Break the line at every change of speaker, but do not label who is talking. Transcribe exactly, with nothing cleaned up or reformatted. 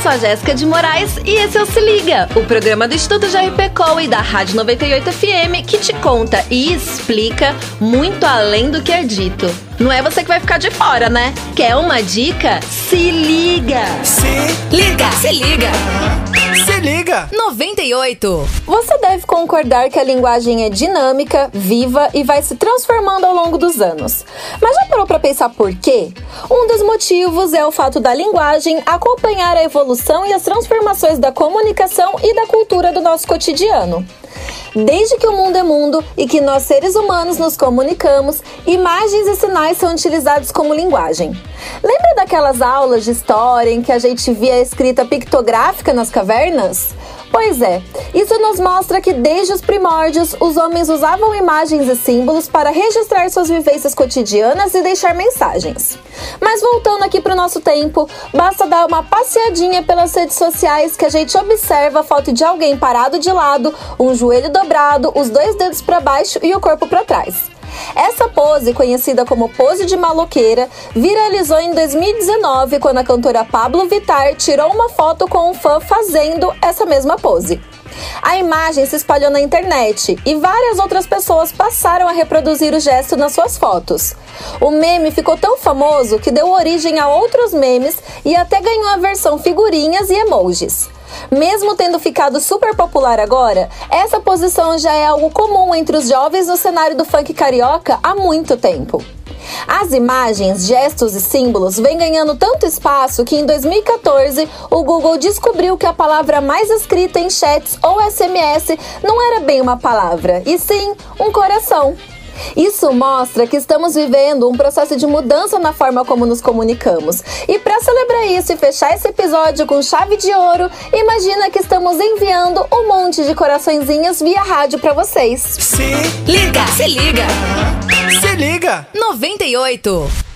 sou a Jéssica de Moraes e esse é o Se Liga, o programa do Instituto J R P Col e da Rádio noventa e oito F M que te conta e explica muito além do que é dito. Não é você que vai ficar de fora, né? Quer uma dica? Se liga!
Se liga! Se liga!
Se liga!
noventa e oito.
Você deve concordar que a linguagem é dinâmica, viva e vai se transformando ao longo dos anos. Mas já parou para pensar por quê? Um dos motivos é o fato da linguagem acompanhar a evolução e as transformações da comunicação e da cultura do nosso cotidiano. Desde que o mundo é mundo e que nós seres humanos nos comunicamos, imagens e sinais são utilizados como linguagem. Lembra daquelas aulas de história em que a gente via a escrita pictográfica nas cavernas? Pois é, isso nos mostra que desde os primórdios, os homens usavam imagens e símbolos para registrar suas vivências cotidianas e deixar mensagens. Mas voltando aqui para o nosso tempo, basta dar uma passeadinha pelas redes sociais que a gente observa a foto de alguém parado de lado, um joelho dobrado, os dois dedos para baixo e o corpo para trás. Essa pose, conhecida como pose de maloqueira, viralizou em dois mil e dezenove, quando a cantora Pabllo Vittar tirou uma foto com um fã fazendo essa mesma pose. A imagem se espalhou na internet e várias outras pessoas passaram a reproduzir o gesto nas suas fotos. O meme ficou tão famoso que deu origem a outros memes e até ganhou a versão figurinhas e emojis. Mesmo tendo ficado super popular agora, essa posição já é algo comum entre os jovens no cenário do funk carioca há muito tempo. As imagens, gestos e símbolos vêm ganhando tanto espaço que em dois mil e quatorze o Google descobriu que a palavra mais escrita em chats ou S M S não era bem uma palavra, e sim um coração. Isso mostra que estamos vivendo um processo de mudança na forma como nos comunicamos. E para celebrar isso e fechar esse episódio com chave de ouro, imagina que estamos enviando um monte de coraçõezinhos via rádio para vocês.
Se
Liga! Se liga!
Se liga!
noventa e oito.